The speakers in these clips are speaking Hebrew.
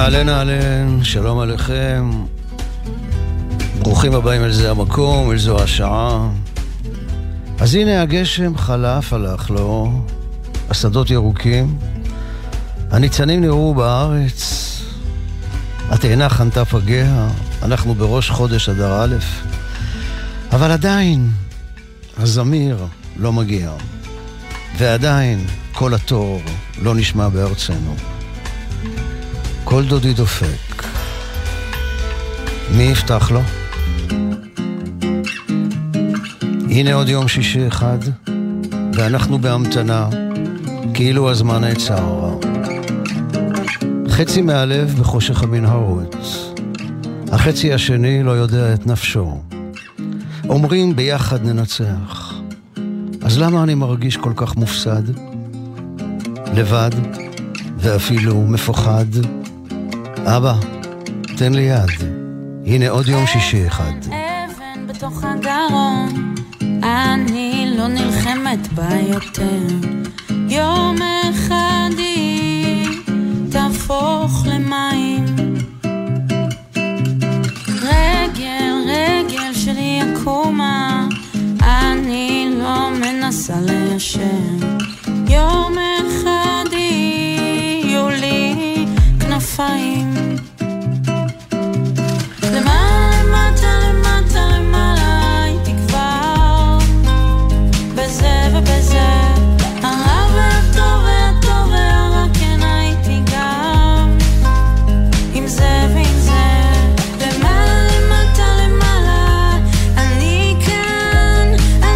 אהלן אהלן, שלום עליכם, ברוכים הבאים אל זה המקום, אל זו השעה. אז הנה הגשם חלף, הלך לו, השדות ירוקים, הניצנים נראו בארץ, התאנה חנתה פגיה, אנחנו בראש חודש אדר א', אבל עדיין הזמיר לא מגיע, ועדיין כל התור לא נשמע בארצנו. כל דודי דופק, מי יפתח לו? הנה עוד יום שישי אחד, ואנחנו בהמתנה, כאילו הזמן נעצר. חצי מהלב בחושך המנהרות, החצי השני לא יודע את נפשו. אומרים ביחד ננצח, אז למה אני מרגיש כל כך מופסד? לבד, ואפילו מפוחד. אבא, תן לי יד, הנה עוד יום שישי אחד. אבן בתוך הגרון, אני לא נלחמת בה יותר. יום אחד היא תהפוך למים. רגל שלי יקומה, אני לא מנסה ליישר. יום אחד יהיו לי כנפיים. למעלה הייתי כבר בזה ובזה, הרע והטוב והרע, כן הייתי גם עם זה ועם זה. למעלה אני כאן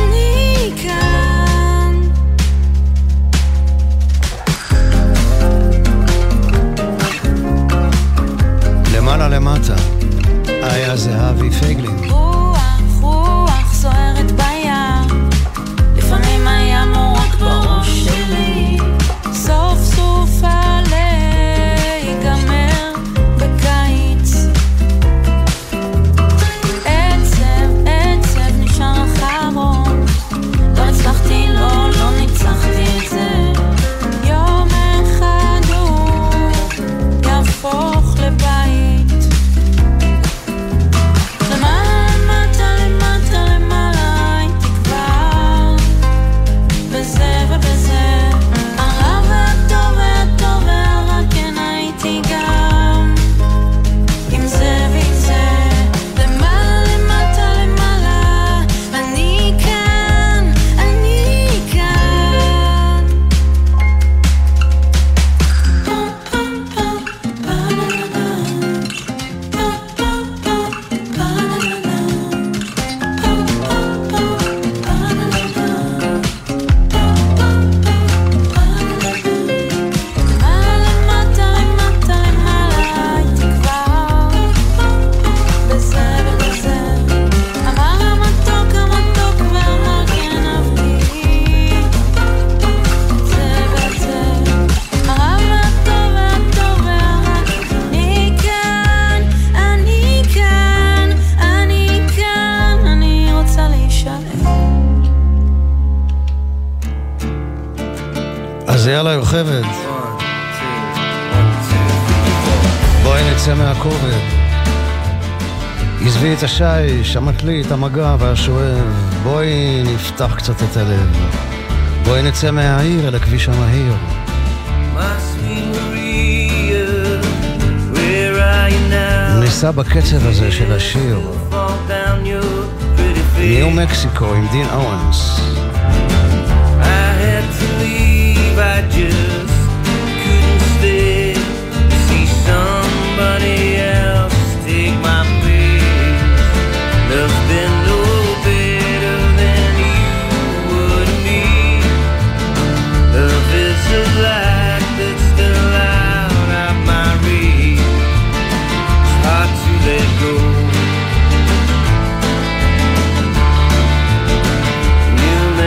למטה היה זהבי פייגלין. רוח זוהרת בים, לפעמים היה מורק בראש שלי. סוף סוף ייגמר בקיץ. עצב נשאר אחרון, לא הצלחתי, לא ניצחתי את זה. יום אחד הוא יהפוך לבית. יאללה יוכבד, בואי נצא מהכובד, עזבי את השיש, המקליט, המגע והשואב, בואי נפתח קצת את הלב, בואי נצא מהעיר אל הכביש המהיר. ניסע בקצב הזה של השיר, ניו מקסיקו עם דין אוונס. I just couldn't stay to see somebody else take my place. Love's been no better than you would me. Love is a light that's still out of my reach. It's hard to let go. You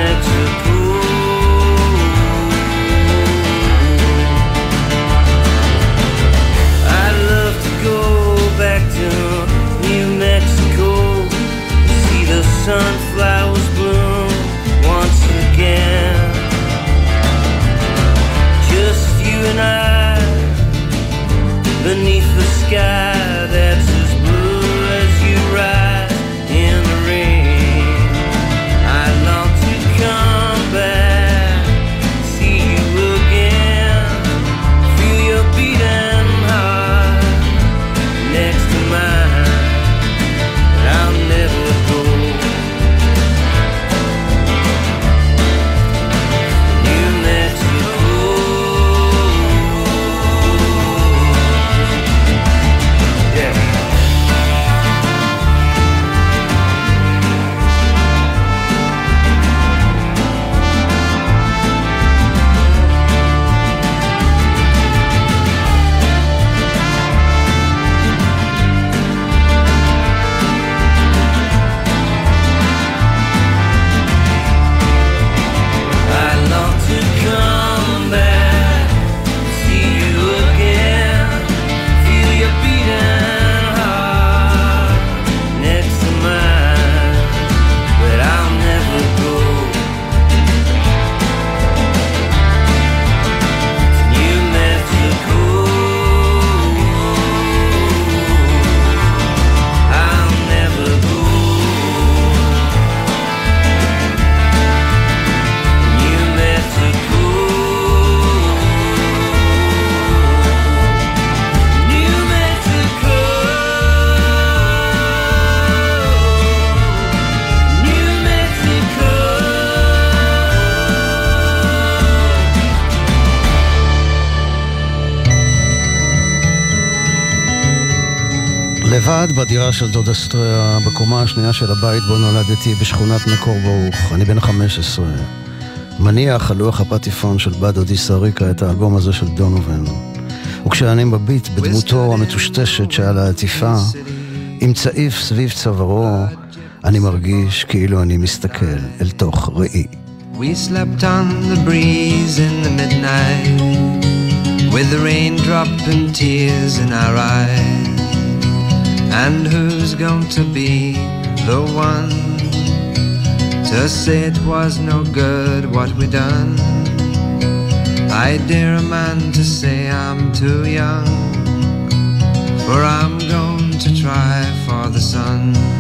לבד בדירה של דוד אסטריה, בקומה השנייה של הבית בו נולדתי בשכונת מקור ברוך. אני בן 15. מניח על לוח הפטיפון של בת דודי סריקה את האלבום הזה של דונובן. וכשאני מביט בדמותו המטושטשת שעל העטיפה, עם צעיף סביב צווארו, אני מרגיש כאילו אני מסתכל אל תוך ראי. We slept on the breeze in the midnight, with the raindrop and tears in our eyes. And who's going to be the one to say it was no good what we done? I dare a man to say I'm too young, for I'm going to try for the sun.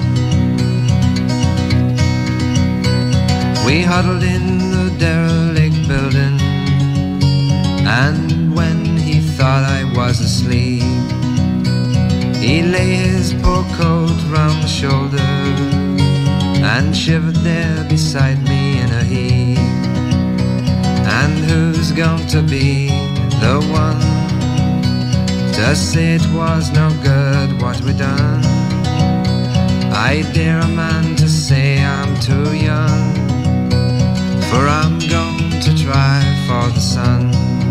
We huddled in the derelict building, and when he thought I was asleep, he lay his poor coat round the shoulder and shivered there beside me in a heap. And who's going to be the one to say it was no good what we done? I dare a man to say I'm too young, for I'm going to try for the sun.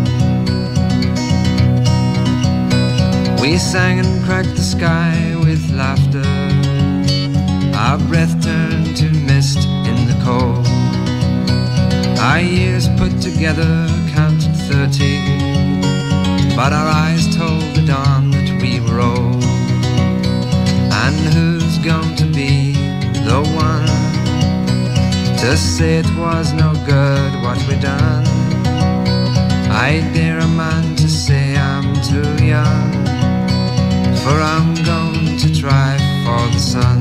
We sang and cracked the sky with laughter. Our breath turned to mist in the cold. Our years put together counted 30, but our eyes told the dawn that we were old. And who's going to be the one to say it was no good what we done? I dare a man to say I'm too young, for I'm going to try for the sun.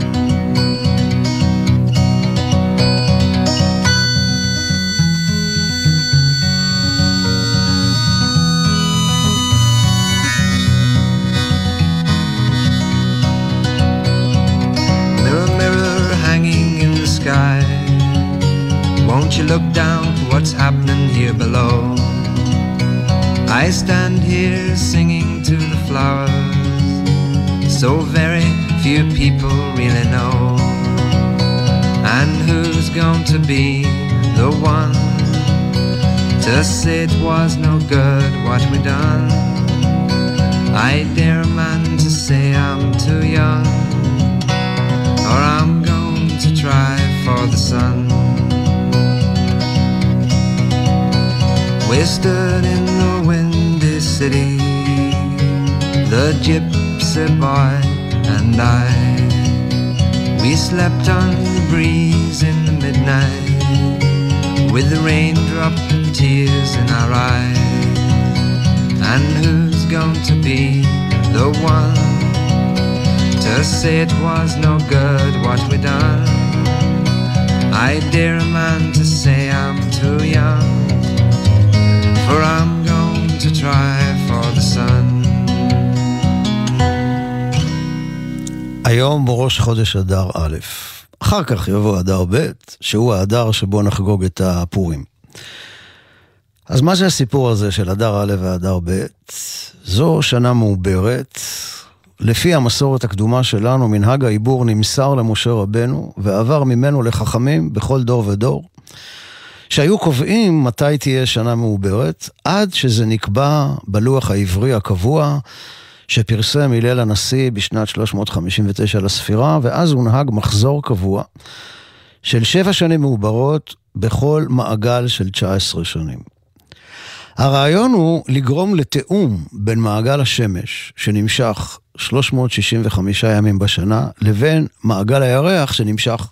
Mirror, mirror hanging in the sky, won't you look down for what's happening here below? I stand here singing to the flowers, so very few people really know. And who's going to be the one to say it was no good what we done? I dare a man to say I'm too young, or I'm going to try for the sun. We stood in the windy city, the gypsy boy and I. We slept on the breeze in the midnight, with the raindrop and tears in our eyes. And who's going to be the one to say it was no good what we done? I dare a man to say I'm too young, for I'm going to try for the sun. היום בראש חודש אדר א', אחר כך יבוא אדר ב', שהוא האדר שבו נחגוג את הפורים. אז מה זה הסיפור הזה של אדר א' ואדר ב'? זו שנה מעוברת. לפי המסורת הקדומה שלנו, מנהג העיבור נמסר למשה רבנו, ועבר ממנו לחכמים בכל דור ודור, שהיו קובעים מתי תהיה שנה מעוברת, עד שזה נקבע בלוח העברי הקבוע, שפרסם הלל הנשיא בשנת 359 לספירה, ואז הונהג מחזור קבוע של 7 שנים מעוברות בכל מעגל של 19 שנים. הרעיון הוא לגרום לתאום בין מעגל השמש, שנמשך 365 ימים בשנה, לבין מעגל הירח, שנמשך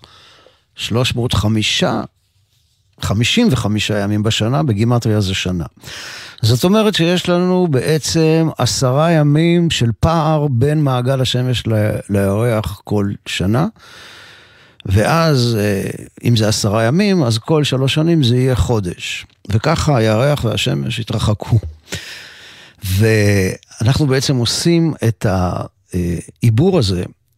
355 ימים בשנה, בגימטריה זה שנה. זאת אומרת שיש לנו בעצם 10 ימים של פער בין מעגל השמש לירח כל שנה, ואז אם זה 10 ימים, אז כל 3 שנים זה יהיה חודש. וככה הירח והשמש התרחקו. ואנחנו בעצם עושים את העיבור הזה,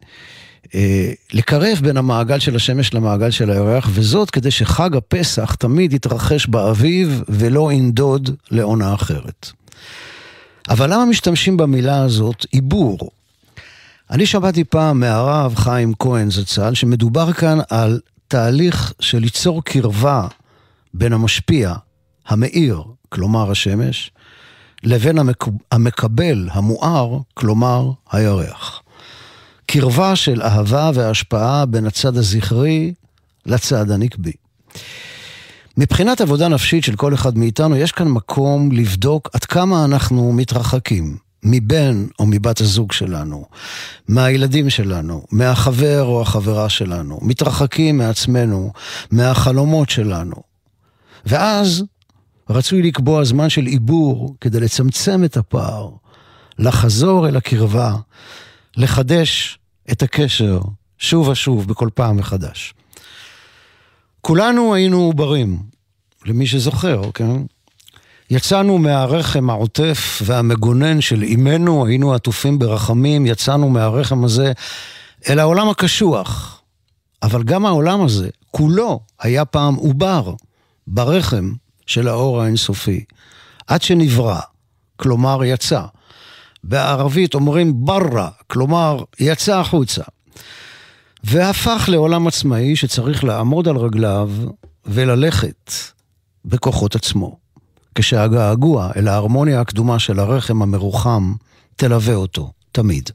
לקרב בין המעגל של השמש למעגל של הירח, וזאת כדי שחג הפסח תמיד יתרחש באביב ולא ינדוד לעונה אחרת. אבל למה משתמשים במילה הזאת עיבור? אני שמעתי פעם מהרב חיים כהן זצ"ל, שמדובר כאן על תהליך של ליצור קרבה בין המשפיע, המאיר, כלומר השמש, לבין המקבל, המואר, כלומר הירח. קרבה של אהבה והשפעה בין הצד הזכרי לצד הנקבי. מבחינת עבודה נפשית של כל אחד מאיתנו, יש כאן מקום לבדוק עד כמה אנחנו מתרחקים מבן או מבת הזוג שלנו, מהילדים שלנו, מהחבר או החברה שלנו, מתרחקים מעצמנו, מהחלומות שלנו. ואז רצוי לקבוע זמן של עיבור כדי לצמצם את הפער, לחזור אל הקרבה, לחדש את הקשר שוב ושוב בכל פעם מחדש. כולנו היינו עוברים, למי שזוכר, כן? יצאנו מהרחם העוטף והמגונן של אימנו, היינו עטופים ברחמים, יצאנו מהרחם הזה אל העולם הקשוח. אבל גם העולם הזה, כולו היה פעם עובר ברחם של האור האינסופי, עד שנברא, כלומר יצא. בערבית אומרים ברra, כלומר יצא החוצה. והפך לעולם עצמאי שצריך לעמוד על רגליו וללכת בכוחות עצמו. כשהגעגוע אל ההרמוניה הקדומה של הרחם המרוחם תלווה אותו תמיד.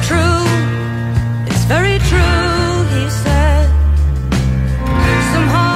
Somehow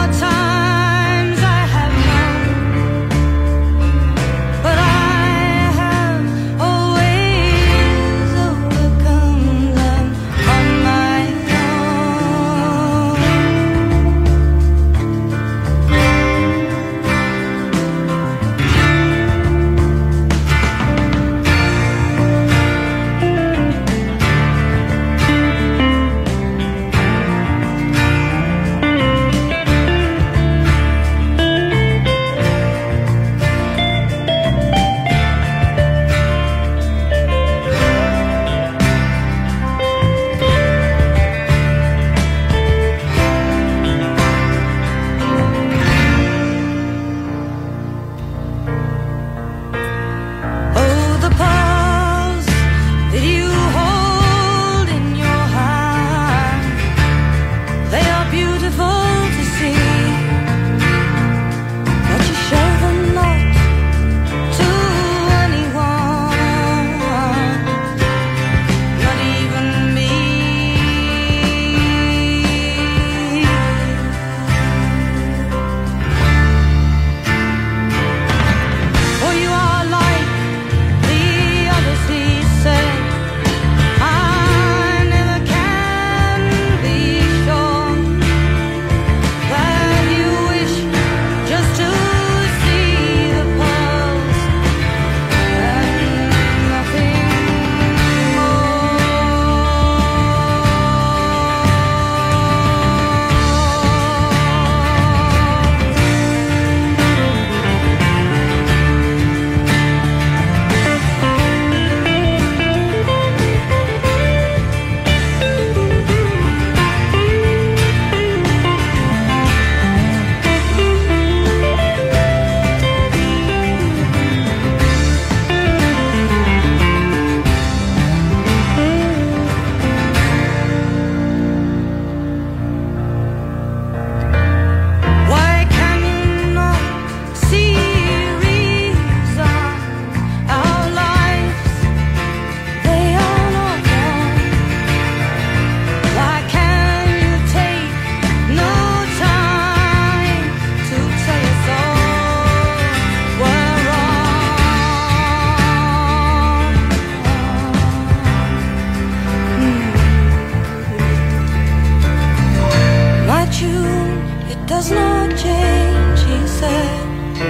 does not change, he said,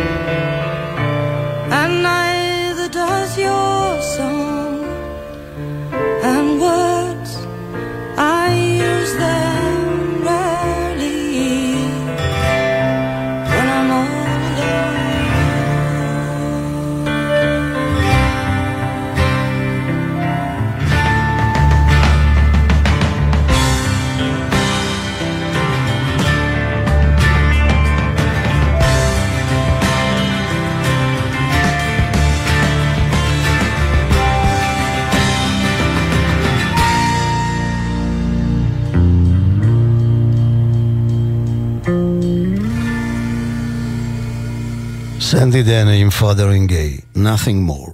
and neither does your song. And words, I use them rarely when I'm all alone. סנדי דנה עם Fathering Gay, Nothing More.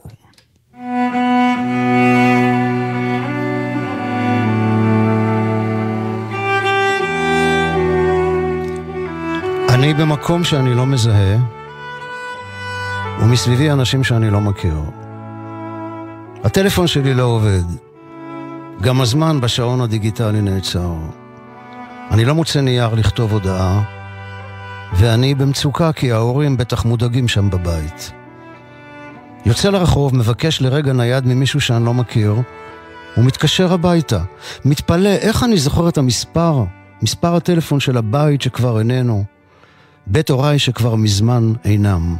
אני במקום שאני לא מזהה, ומסביבי אנשים שאני לא מכיר. הטלפון שלי לא עובד. גם הזמן בשעון הדיגיטלי נעצר. אני לא מוצא נייר לכתוב הודעה, ואני במצוקה כי ההורים בטח מודאגים שם בבית. יוצא לרחוב, מבקש לרגע נייד ממישהו שאני לא מכיר, ומתקשר הביתה. מתפלא איך אני זוכר את מספר הטלפון של הבית שכבר איננו, בית הוריי שכבר מזמן אינם.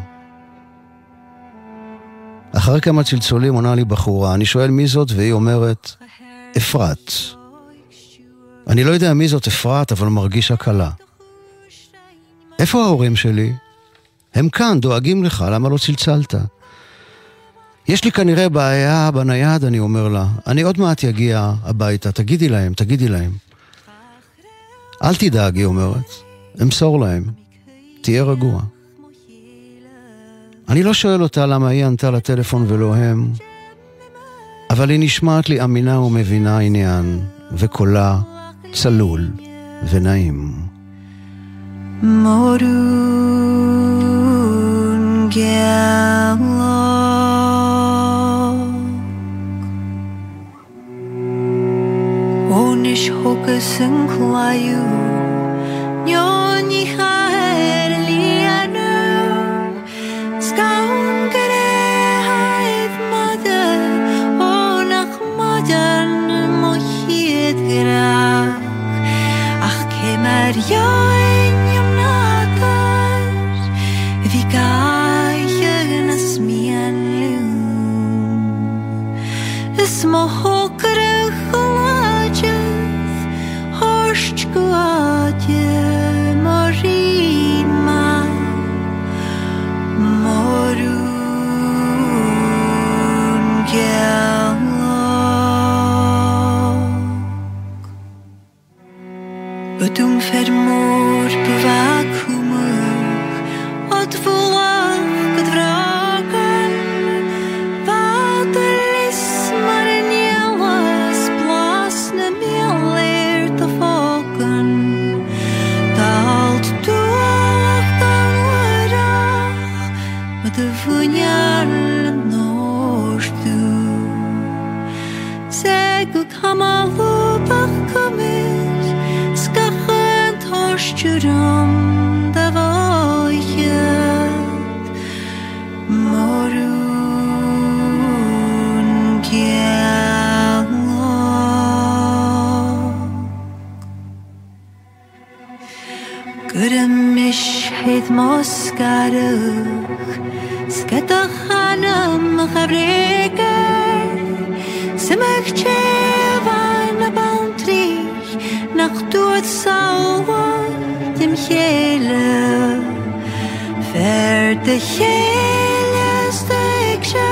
אחרי כמה צלצולים עונה לי בחורה, אני שואל מי זאת והיא אומרת, אפרת. אני לא יודע מי זאת אפרת, אבל מרגיש הקלה. איפה ההורים שלי? הם כאן, דואגים לך, למה לא צלצלת? יש לי כנראה בעיה בנייד, אני אומר לה. אני עוד מעט יגיע הביתה, תגידי להם. אל תדאג, היא אומרת. אמסור להם. תהיה רגוע. אני לא שואל אותה למה היא ענתה לטלפון ולא הם, אבל היא נשמעת לי אמינה ומבינה עניין, וקולה צלול ונעים. Morun gelok Onish hokusın klayu Nyoni herlianu Skaun gare haif mother Onach modern mohid grak Ach kemer yoin Smo hokre chlađev, hošć gladje morin ma, morun gelok. Bedung vermoor bewakumug, od volag het vragen, wat is maar in jelas plas na meer te volgen. Daalt toelag dan warach, met de voenjaren noos toe. Zeg ik hamalubach kamer, skachend horsjuram da voyet, morun gelok. Gurmish het moskarug, skatach hanam chavreker, simach chevan abantrig, nach dood sauer dem hele, ver de hele steksha,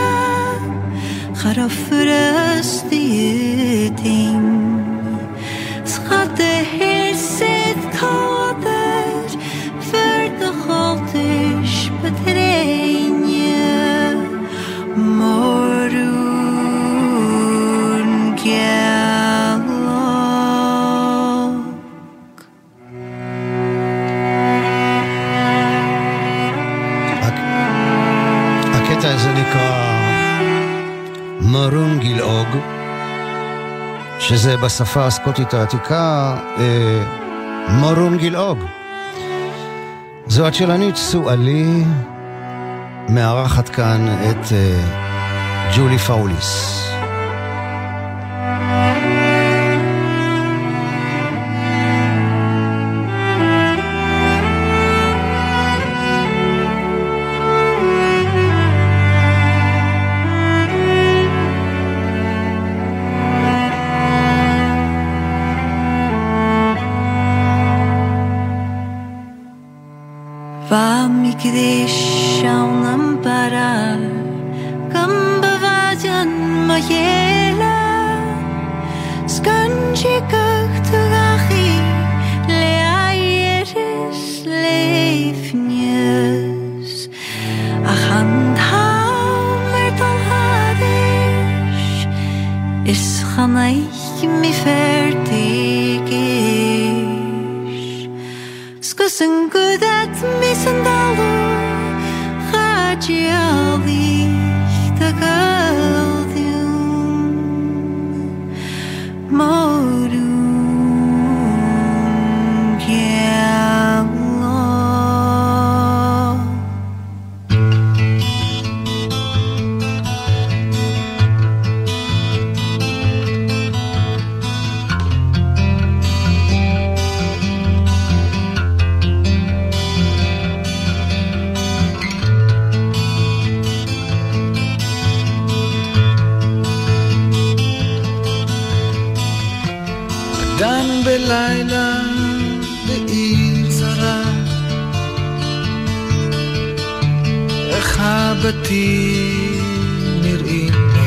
garafrust die ting, schat de heer zit kader, ver de haltisch betrein morun gelok. הקטע הזה נקרא מרון גילאוג, שזה בשפה הסקוטית העתיקה מרון גילאוג. זו הצ'לנית סואלי, מארחת כאן את ג'ולי פאוליס. Vami kidisham parar kambavajan mahela skanjikach tugachi leayeres leifnies achand hamer talhadish is chanaich mi fertigish skusen gudat mi sandalu chadjali tagaldium modum kialo Dan בלילה בעיר זרה איך הבתים נראים לו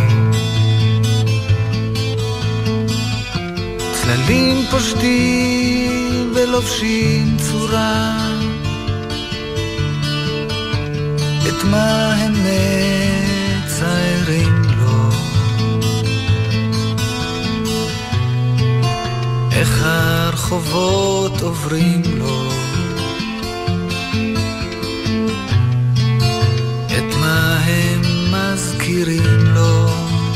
צללים פושטים ולובשים צורה את מה הם מציירים לו איך הרחובות עוברים לו את מה הם מזכירים לו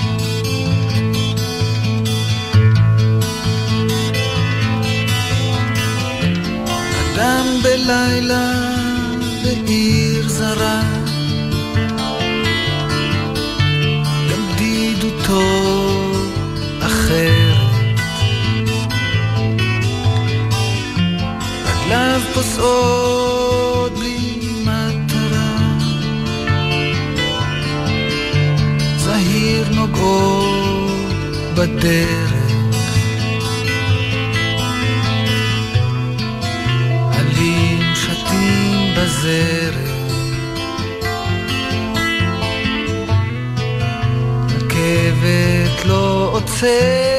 אדם בלילה בעיר זרה גם בדידותו אחרת רגליו פוסעות בלי מטרה זהיר נוגעות בדרך עלים שתים בזרק רכבת לא עוצרת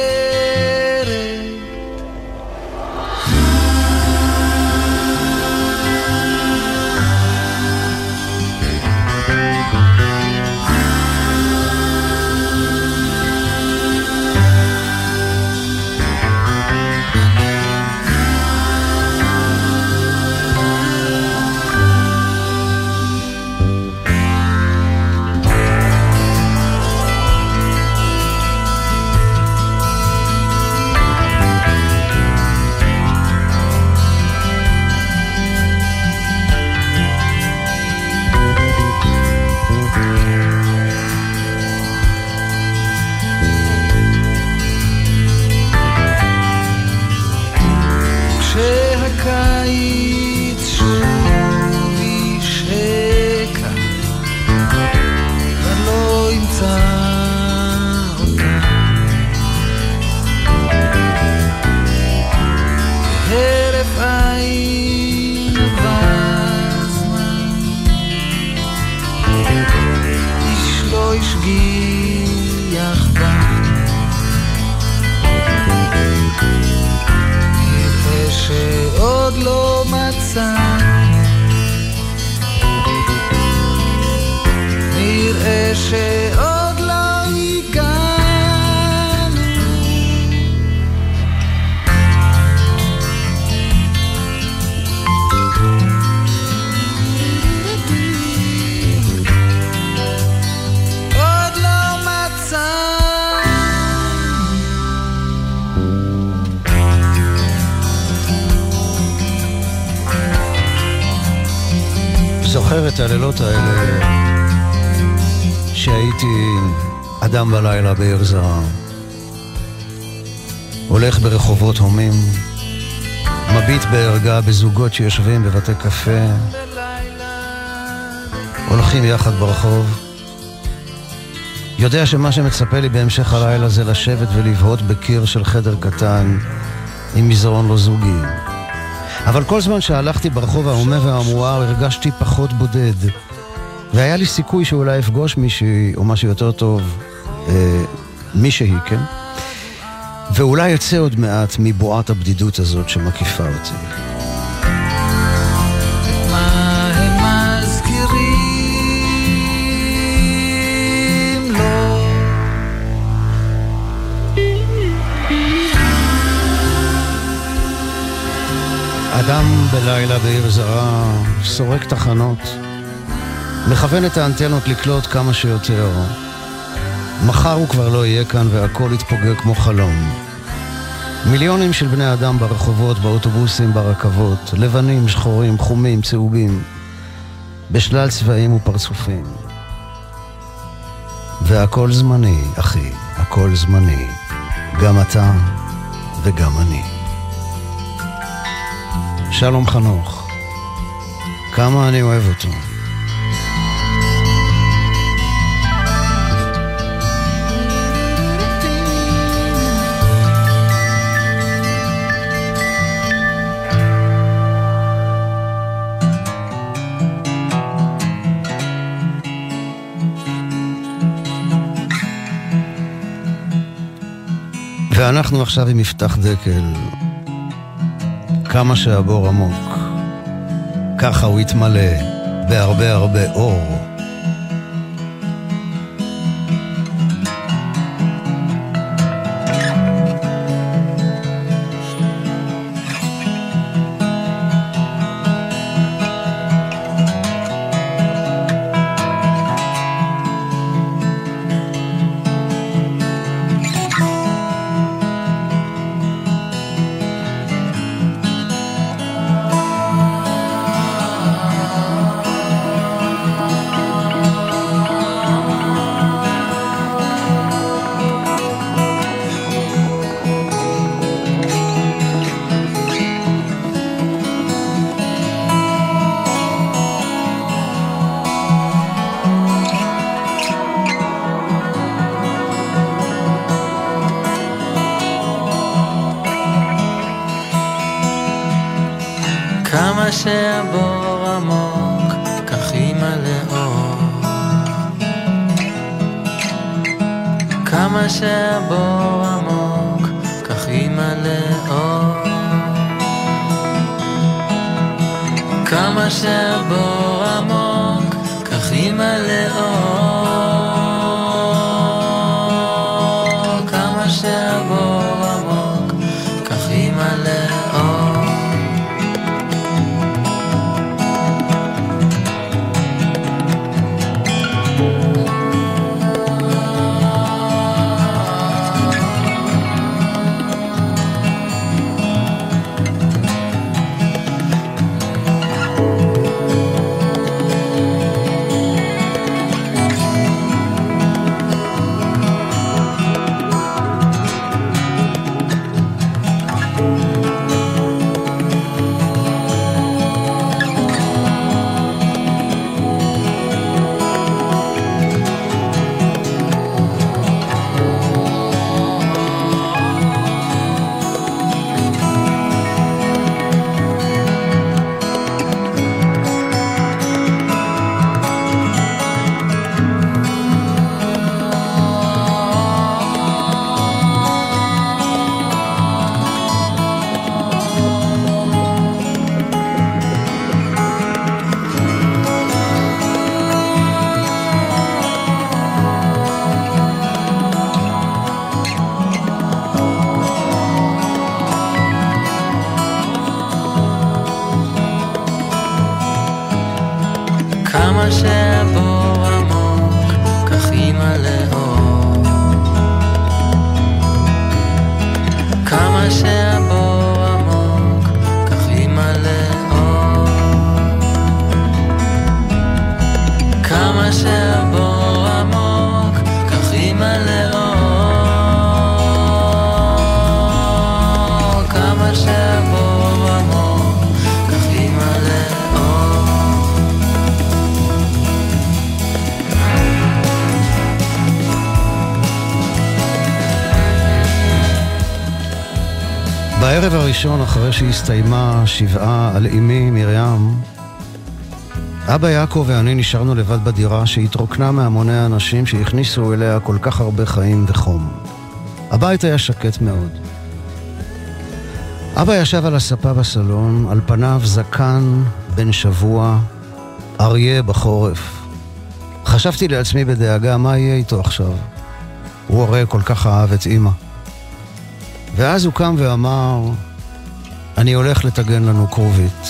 זוכר את הלילות האלה שהייתי אדם בלילה בעיר זרה, הולך ברחובות הומים, מביט בהרגעה בזוגות שיושבים בבתי קפה, הולכים יחד ברחוב, יודע שמה שמצפה לי בהמשך הלילה זה לשבת ולבהות בקיר של חדר קטן עם מזרון לא זוגי. אבל כל זמן שהלכתי ברחוב ההומה והמואר הרגשתי פחות בודד, והיה לי סיכוי שאולי אפגוש מישהי או משהו יותר טוב, מישהי, כן? ואולי יצא עוד מעט מבועת הבדידות הזאת שמקיפה אותי. מה הם מזכירים לו? אדם בלילה בעיר זרה סורק תחנות, מכוון את האנטנות לקלוט כמה שיותר. מחר הוא כבר לא יהיה כאן והכל יתפוגג כמו חלום. מיליונים של בני אדם ברחובות, באוטובוסים, ברכבות, לבנים, שחורים, חומים, צהובים, בשלל צבעים ופרצופים. והכל זמני, אחי, הכל זמני. גם אתה וגם אני. שלום חנוך, כמה אני אוהב אותו. ואנחנו עכשיו עם מפתח דקל. כמה שהבור עמוק, ככה הוא יתמלא בהרבה הרבה אור. כמה שהבור עמוק, כך ימלא אור. כמה שהבור עמוק, כך ימלא אור. כמה שהבור עמוק, כך ימלא אור. כמה שהבור עמוק, כך ימלא אור. כמה שהבור עמוק, כך ימלא אור. כמה שהבור עמוק, כך ימלא אור. בערב הראשון אחרי שהסתיימה שבעה על אמי מרים, אבא יעקב ואני נשארנו לבד בדירה שהתרוקנה מהמוני האנשים שהכניסו אליה כל כך הרבה חיים וחום. הבית היה שקט מאוד. אבא ישב על הספה בסלון, על פניו זקן בן שבוע, אריה בחורף. חשבתי לעצמי בדאגה, מה יהיה איתו עכשיו? הוא הרי כל כך אהב את אמא. ואז הוא קם ואמר, אני הולך לתגן לנו כרובית.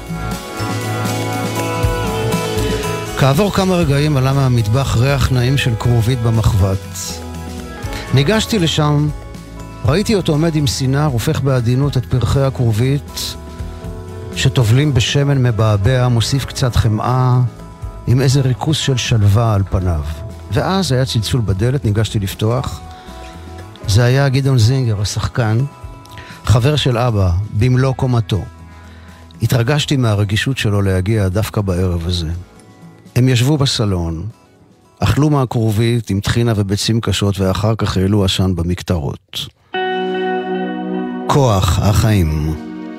כעבור כמה רגעים עלה מהמטבח ריח נעים של כרובית במחבת. ניגשתי לשם, ראיתי אותו עומד עם סינר, הופך בעדינות את פרחי הכרובית, שטובלים בשמן מבעבע, מוסיף קצת חמאה, עם איזה ריכוס של שלווה על פניו. ואז היה צלצול בדלת, ניגשתי לפתוח. זה היה גדעון זינגר, השחקן, חבר של אבא, במלוא קומתו. התרגשתי מהרגישות שלו להגיע דווקא בערב הזה. הם ישבו בסלון, אכלו מהכרובית עם טחינה וביצים קשות, ואחר כך העלו עשן במקטרות. כוח החיים.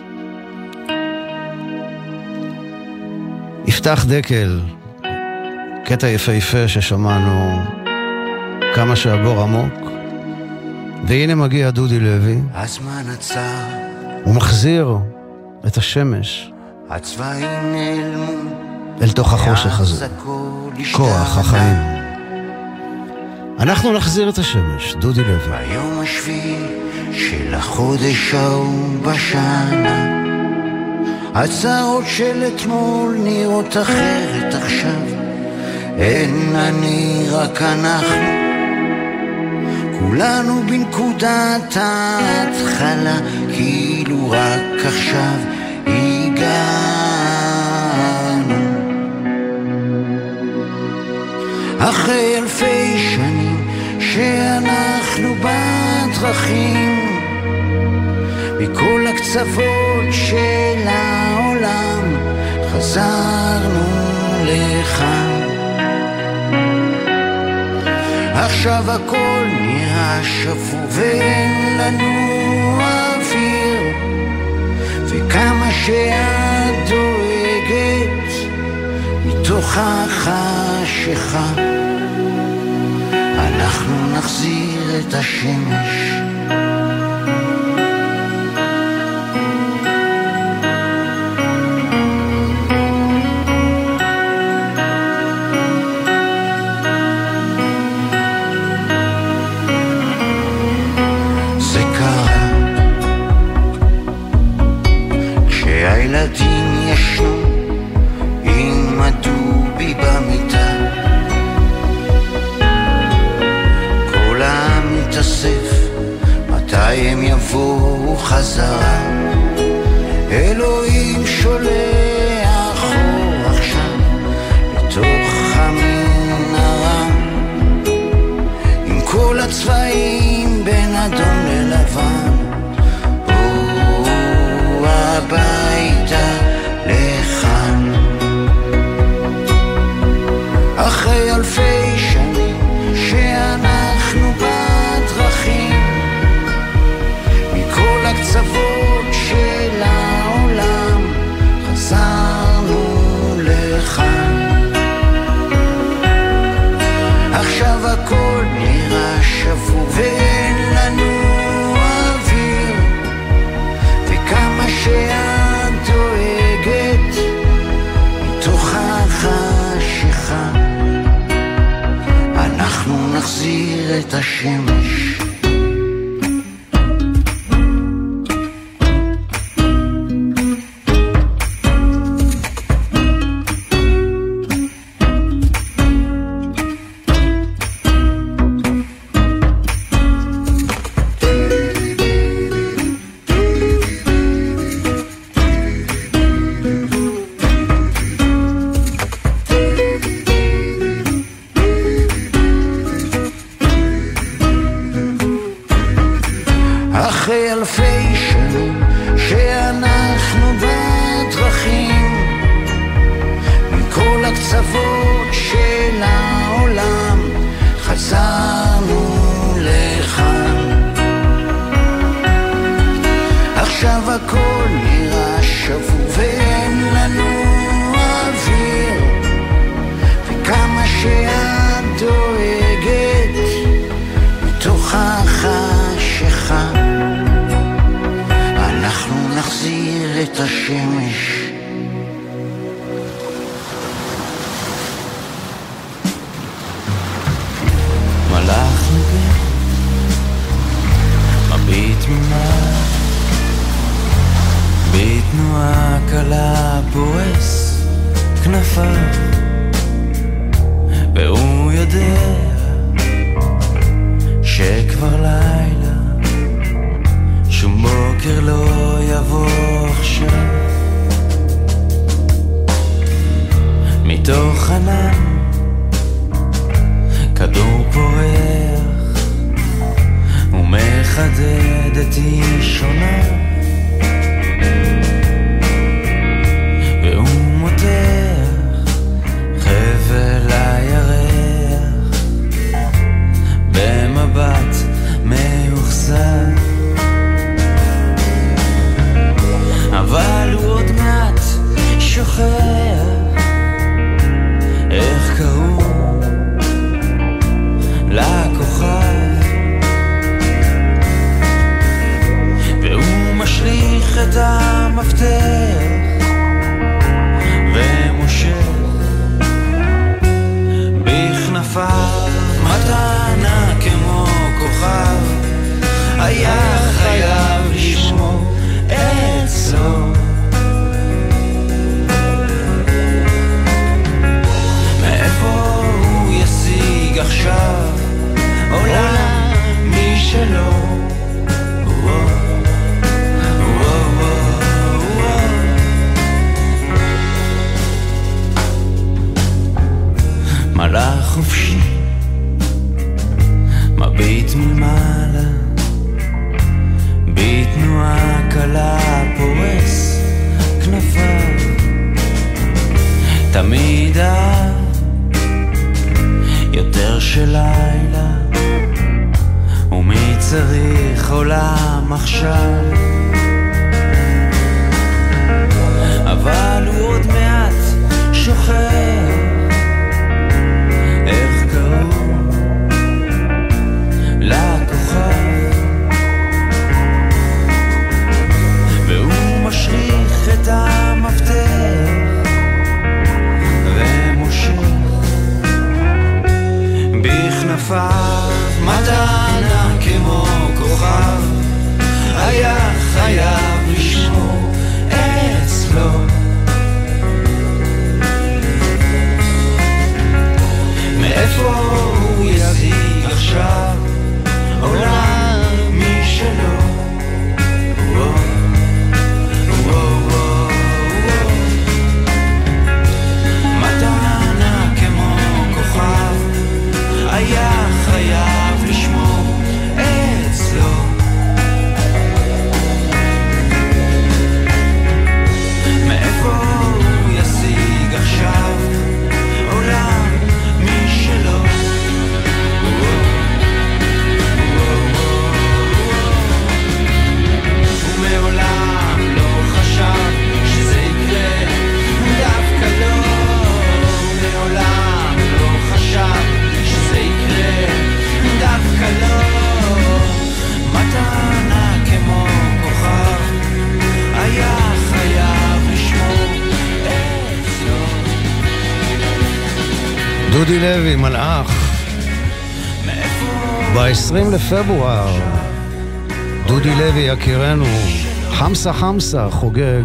יפתח דקל, קטע יפהפה ששמענו, כמה שהבור עמוק. והנה מגיע דודי לוי. הזמן עצר, הוא מחזיר את השמש הצבעים נעלמו, אל תוך החושך הזה. כוח החיים. אנחנו נחזיר את השמש, דודי לוי. ביום השביעי של החודש ההוא בשנה, הצעות של אתמול נראות אחרת עכשיו. אין אני רק אנחנו, כולנו בנקודת ההתחלה, כאילו רק עכשיו הגענו. אחרי אלפי שנים שאנחנו בדרכים, מכל הקצוות של העולם חזרנו לכאן. עכשיו הכל נראה שפור ואין לנו אוויר, וכמה שאת דואגת מתוך החשיכה, אנחנו נחזיר את השמש. הילדים ישנו עם הדובי במיטה, כל העם מתאסף, מתי הם יבואו חזרה? אלוהים שולח אור עכשיו לתוך המנהרה, עם כל הצבעים בין אדום ללבן. הביתה לכאן, אחרי אלפי שנים שאנחנו בדרכים, מכל הקצוות של העולם חזרנו לכאן. עכשיו הכל נראה שפור ואין לנו אוויר, וכמה שאת דואגת מתוך החשיכה, אנחנו נחזיר את השמש. פורס כנפיו, והוא יודע שכבר לילה, שום בוקר לא יבוא עכשיו. מתוך ענן כדור פורח ומחדד את אישונה, והוא מותח חבל הירח במבט מאוחסן, אבל הוא עוד מעט שוכח איך קראו לכוכב, והוא משליך את המפתח ומושך בכנפיו מתנה כמו כוכב, היה חייב לשמור אצלו. מאיפה הוא ישיג עכשיו עולם משלו? מלאך חופשי מביט מלמעלה, בתנועה קלה פורס כנפיו, תמיד יותר של לילה, ומי צריך עולם עכשיו? אבל הוא עוד מעט שוכח איך קראו לכוכב, והוא משליך את המפתח ומושך בכנפיו מתנה כמו כוכב, היה חייב לשמור אצלו. מאיפה הוא ישיג עכשיו עולם משלו? מתנה כמו כוכב, היה חייב לשמור אצלו. מאיפה הוא ישיג עכשיו עולם משלו? ומעולם לא חשב שזה יקרה, דווקא לא. מעולם לא חשב שזה יקרה, דווקא לא. מתנה כמו כוכב, היה חייב לשמור אצלו. דודי לוי, מלאך. ב-20 לפברואר דודי לוי יקירנו, חמסה חמסה, חוגג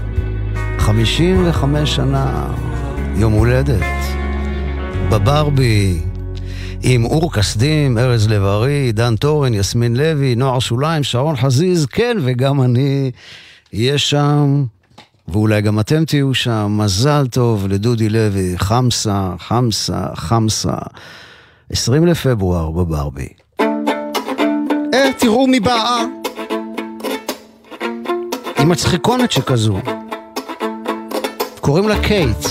55 שנה, יום הולדת בברבי, עם אור כסדים, ארז לב-ארי, דן טורן, יסמין לוי, נוער שוליים, שרון חזיז, כן, וגם אני אהיה שם, ואולי גם אתם תהיו שם. מזל טוב לדודי לוי, חמסה חמסה חמסה, 20 לפברואר בברבי. תראו מי באה, היא מצחיקונת שכזו, קוראים לה קייט,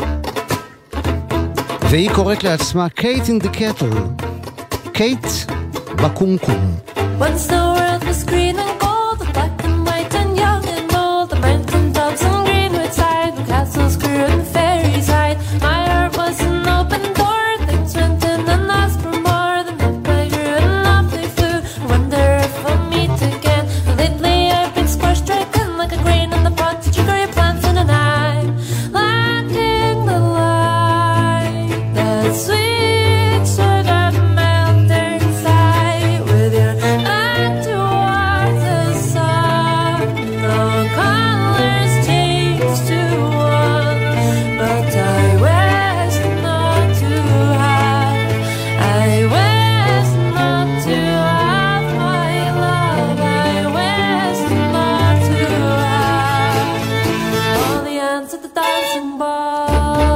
והיא קוראת לעצמה קייט in the kettle, קייט בקומקום. Once the world was green and gold, black and white and young and old, the mountain tops and greenwood side, the castles grew and fairies hide. My heart was an open door, things went in and asked for more. The milkbag grew and off they flew, I wonder if I'll meet again. Lately I've been squashed right in like a grain in the pot. Did you grow your plants in an eye? Lacking the light, that sweet sugar melt inside with your eye to water. bouncing ball.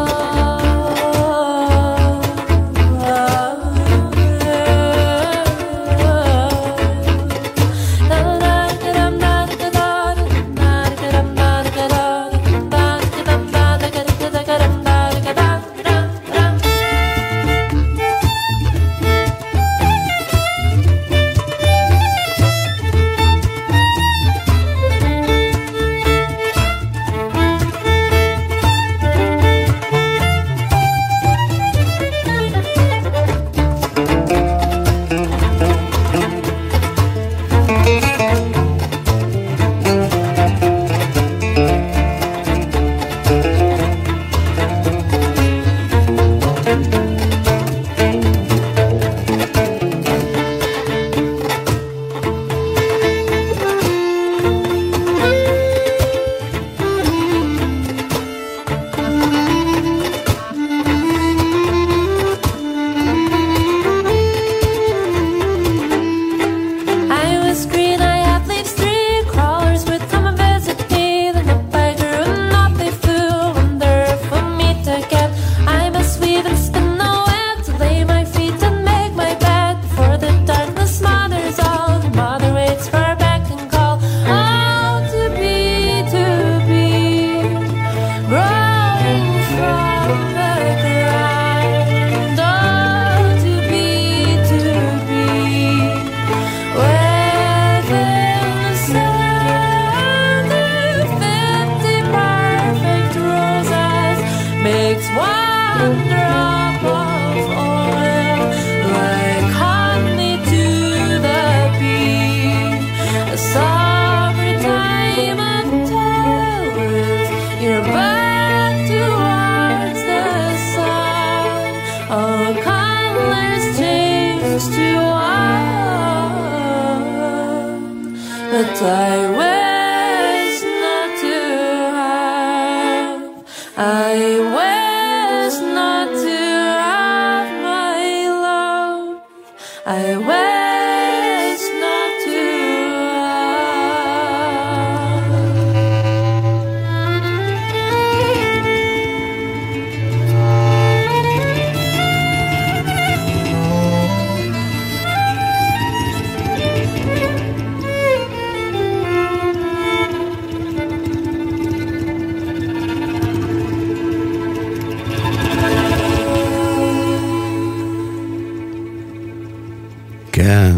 כן,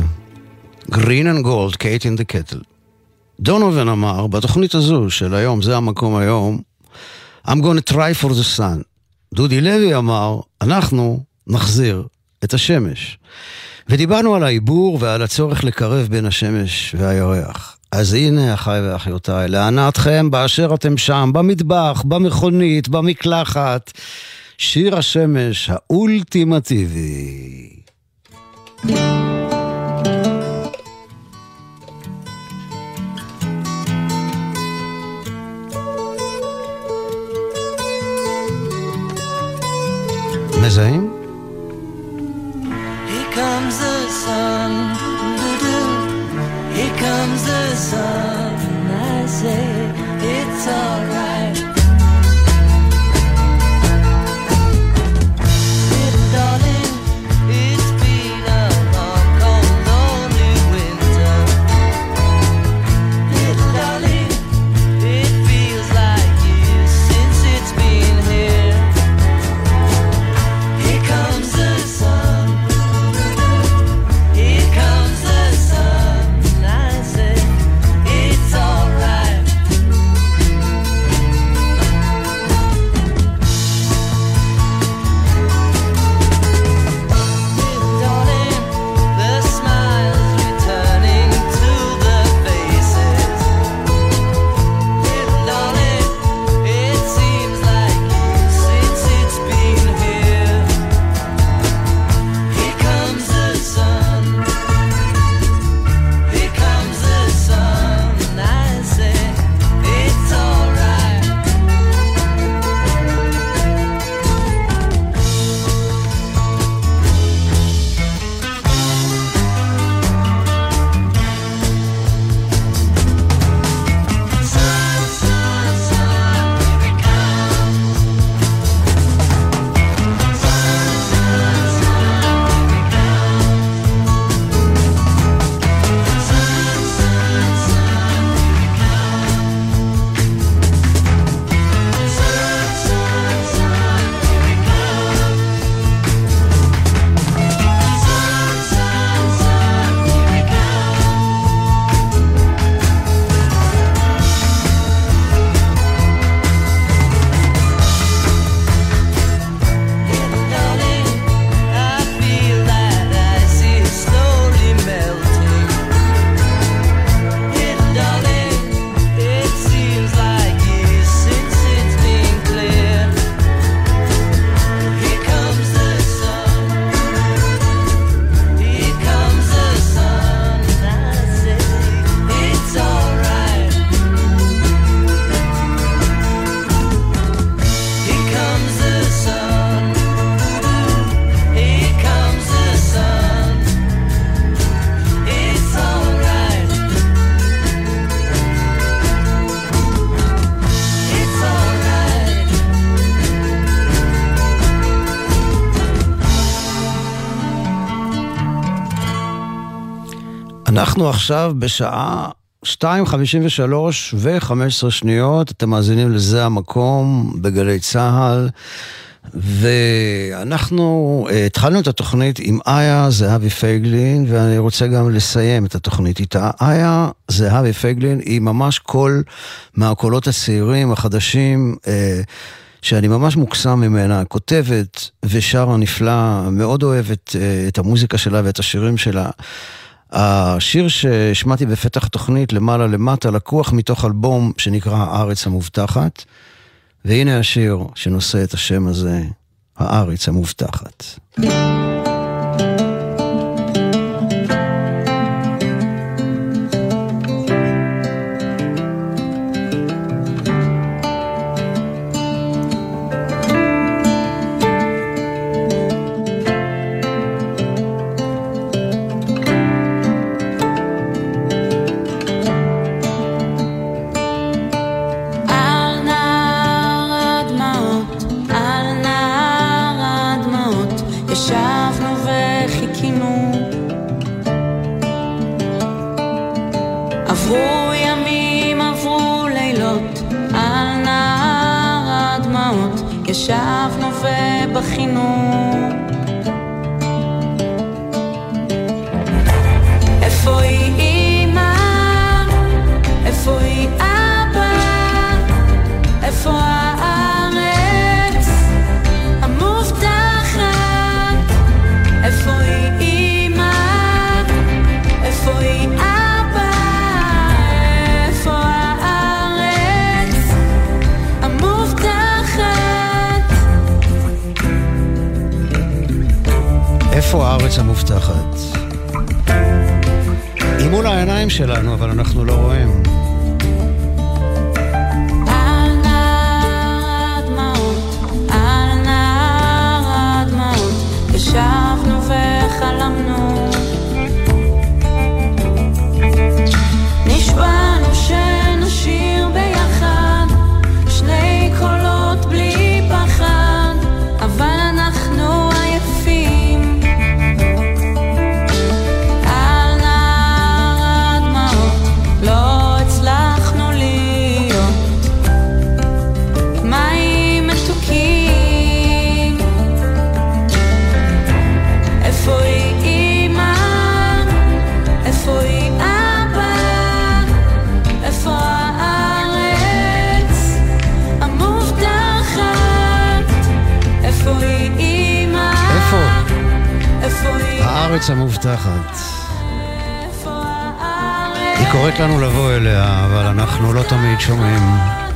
Green and Gold, Kate in the Kettle. דונובן אמר, בתוכנית הזו של היום, זה המקום היום, I'm gonna try for the sun. דודי לוי אמר, אנחנו נחזיר את השמש. ודיברנו על העיבור ועל הצורך לקרב בין השמש והירח. אז הנה, אחי ואחיותיי, להנאתכם באשר אתם שם, במטבח, במכונית, במקלחת, שיר השמש האולטימטיבי. מזהים? Here comes the sun, here comes the sun, and I say it's alright. Little darling, it's been a long, cold, lonely winter. Little darling, it feels like years since it's been here. Here comes אנחנו עכשיו בשעה 2:53 ו-15 שניות, אתם מאזינים לזה המקום בגלי צהל, ואנחנו התחלנו את התוכנית עם איה זהבי פייגלין, ואני רוצה גם לסיים את התוכנית איתה. איה זהבי פייגלין היא ממש קול מהקולות הצעירים החדשים, שאני ממש מוקסם ממנה, כותבת ושרה נפלא, מאוד אוהבת את המוזיקה שלה ואת השירים שלה. השיר ששמעתי בפתח התוכנית למעלה למטה לקוח מתוך אלבום שנקרא הארץ המובטחת, והנה השיר שנושא את השם הזה, הארץ המובטחת. ישבנו ובכינו איפה היא אמא? איפה היא אבא? איפה הארץ המובטחת? איפה היא אמא? איפה היא אבא? איפה הארץ המובטחת? איפה הארץ המובטחת? היא מול העיניים שלנו, אבל אנחנו לא רואים. על נהר הדמעות, ישבנו וחלמנו, נשבענו שנשיר ביחד, שני קולות בלי פחד, אבל אנחנו עייפים. על נהר הדמעות לא הצלחנו להיות מים מתוקים. איפה היא אמא? איפה היא אבא? איפה הארץ המובטחת? איפה היא אמא? איפה? איפה היא הארץ המובטחת. איפה הארץ? היא קוראת לנו לבוא אליה, אבל אנחנו לא תמיד שומעים.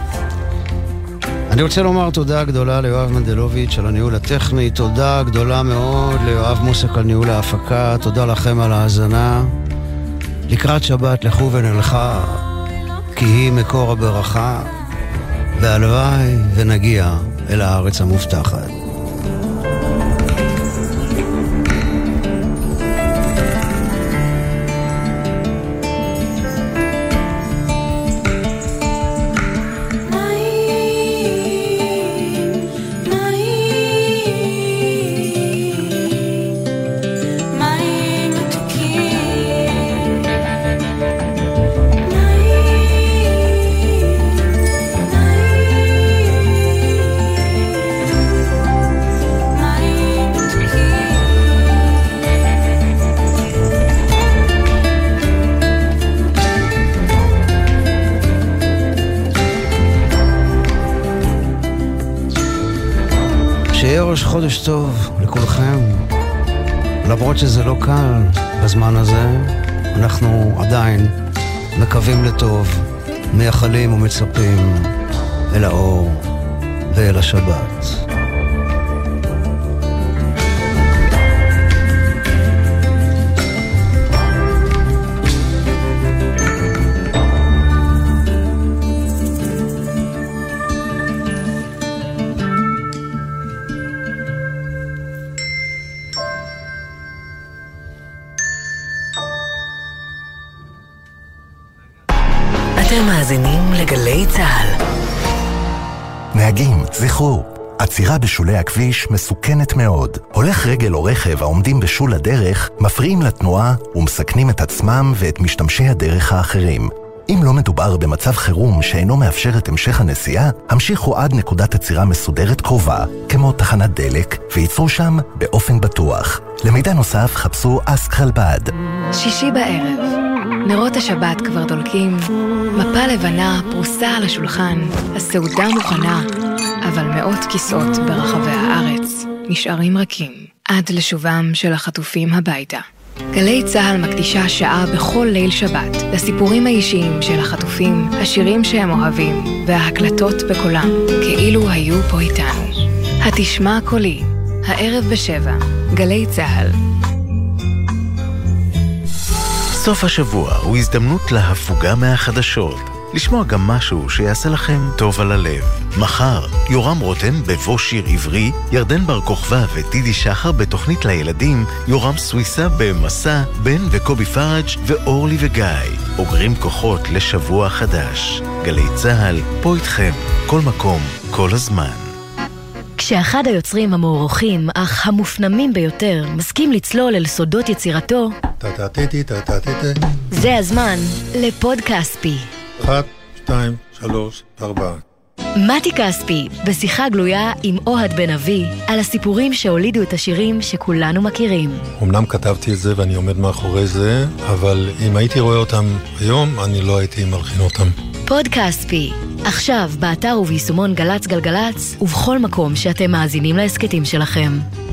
אני רוצה לומר תודה גדולה ליואב מנדלוביץ' על הניהול הטכני, תודה גדולה מאוד ליואב מוסק על ניהול ההפקה, תודה לכם על ההאזנה. לקראת שבת לכו ונלכה, כי היא מקור הברכה, והלוואי ונגיע אל הארץ המובטחת. מים מתוקים, מים שיהיה ראש חודש טוב לכולכם, למרות שזה לא קל בזמן הזה, אנחנו עדיין מקווים לטוב, מייחלים ומצפים אל האור ואל השבת. אתם מאזינים לגלי צהל. נהגים, זכרו, עצירה בשולי הכביש מסוכנת מאוד. הולך רגל או רכב העומדים בשול הדרך מפריעים לתנועה ומסכנים את עצמם ואת משתמשי הדרך האחרים. אם לא מדובר במצב חירום שאינו מאפשר את המשך הנסיעה, המשיכו עד נקודת עצירה מסודרת קרובה, כמו תחנת דלק, וייצרו שם באופן בטוח. למידע נוסף חפשו אסק חלבד. שישי בערב, נרות השבת כבר דולקים, מפה לבנה פרוסה על השולחן, הסעודה מוכנה, אבל מאות כיסאות ברחבי הארץ נשארים רכים, עד לשובם של החטופים הביתה. גלי צהל מקדישה שעה בכל ליל שבת לסיפורים האישיים של החטופים, השירים שהם אוהבים וההקלטות בקולם, כאילו היו פה איתנו. התשמע קולי, הערב ב7, גלי צהל. סוף השבוע הוא הזדמנות להפוגה מהחדשות, לשמוע גם משהו שיעשה לכם טוב על הלב. מחר, יורם רותם בבוא שיר עברי, ירדן בר כוכבא וטידי שחר בתוכנית לילדים, יורם סוויסה במסע, בן וקובי פרג' ואורלי וגיא. אוגרים כוחות לשבוע חדש. גלי צהל, פה איתכם, כל מקום, כל הזמן. כשאחד היוצרים המוערוכים, אך המופנמים ביותר, מסכים לצלול אל סודות יצירתו, זה הזמן לפוד כספי. 1, 2, 3, 4. מתי כספי, בשיחה גלויה עם אוהד בן אבי, על הסיפורים שהולידו את השירים שכולנו מכירים. אמנם כתבתי את זה ואני עומד מאחורי זה, אבל אם הייתי רואה אותם היום, אני לא הייתי מלחין אותם. פוד כספי, עכשיו באתר וביישומון גלץ גלגלץ, ובכל מקום שאתם מאזינים להסקטים שלכם.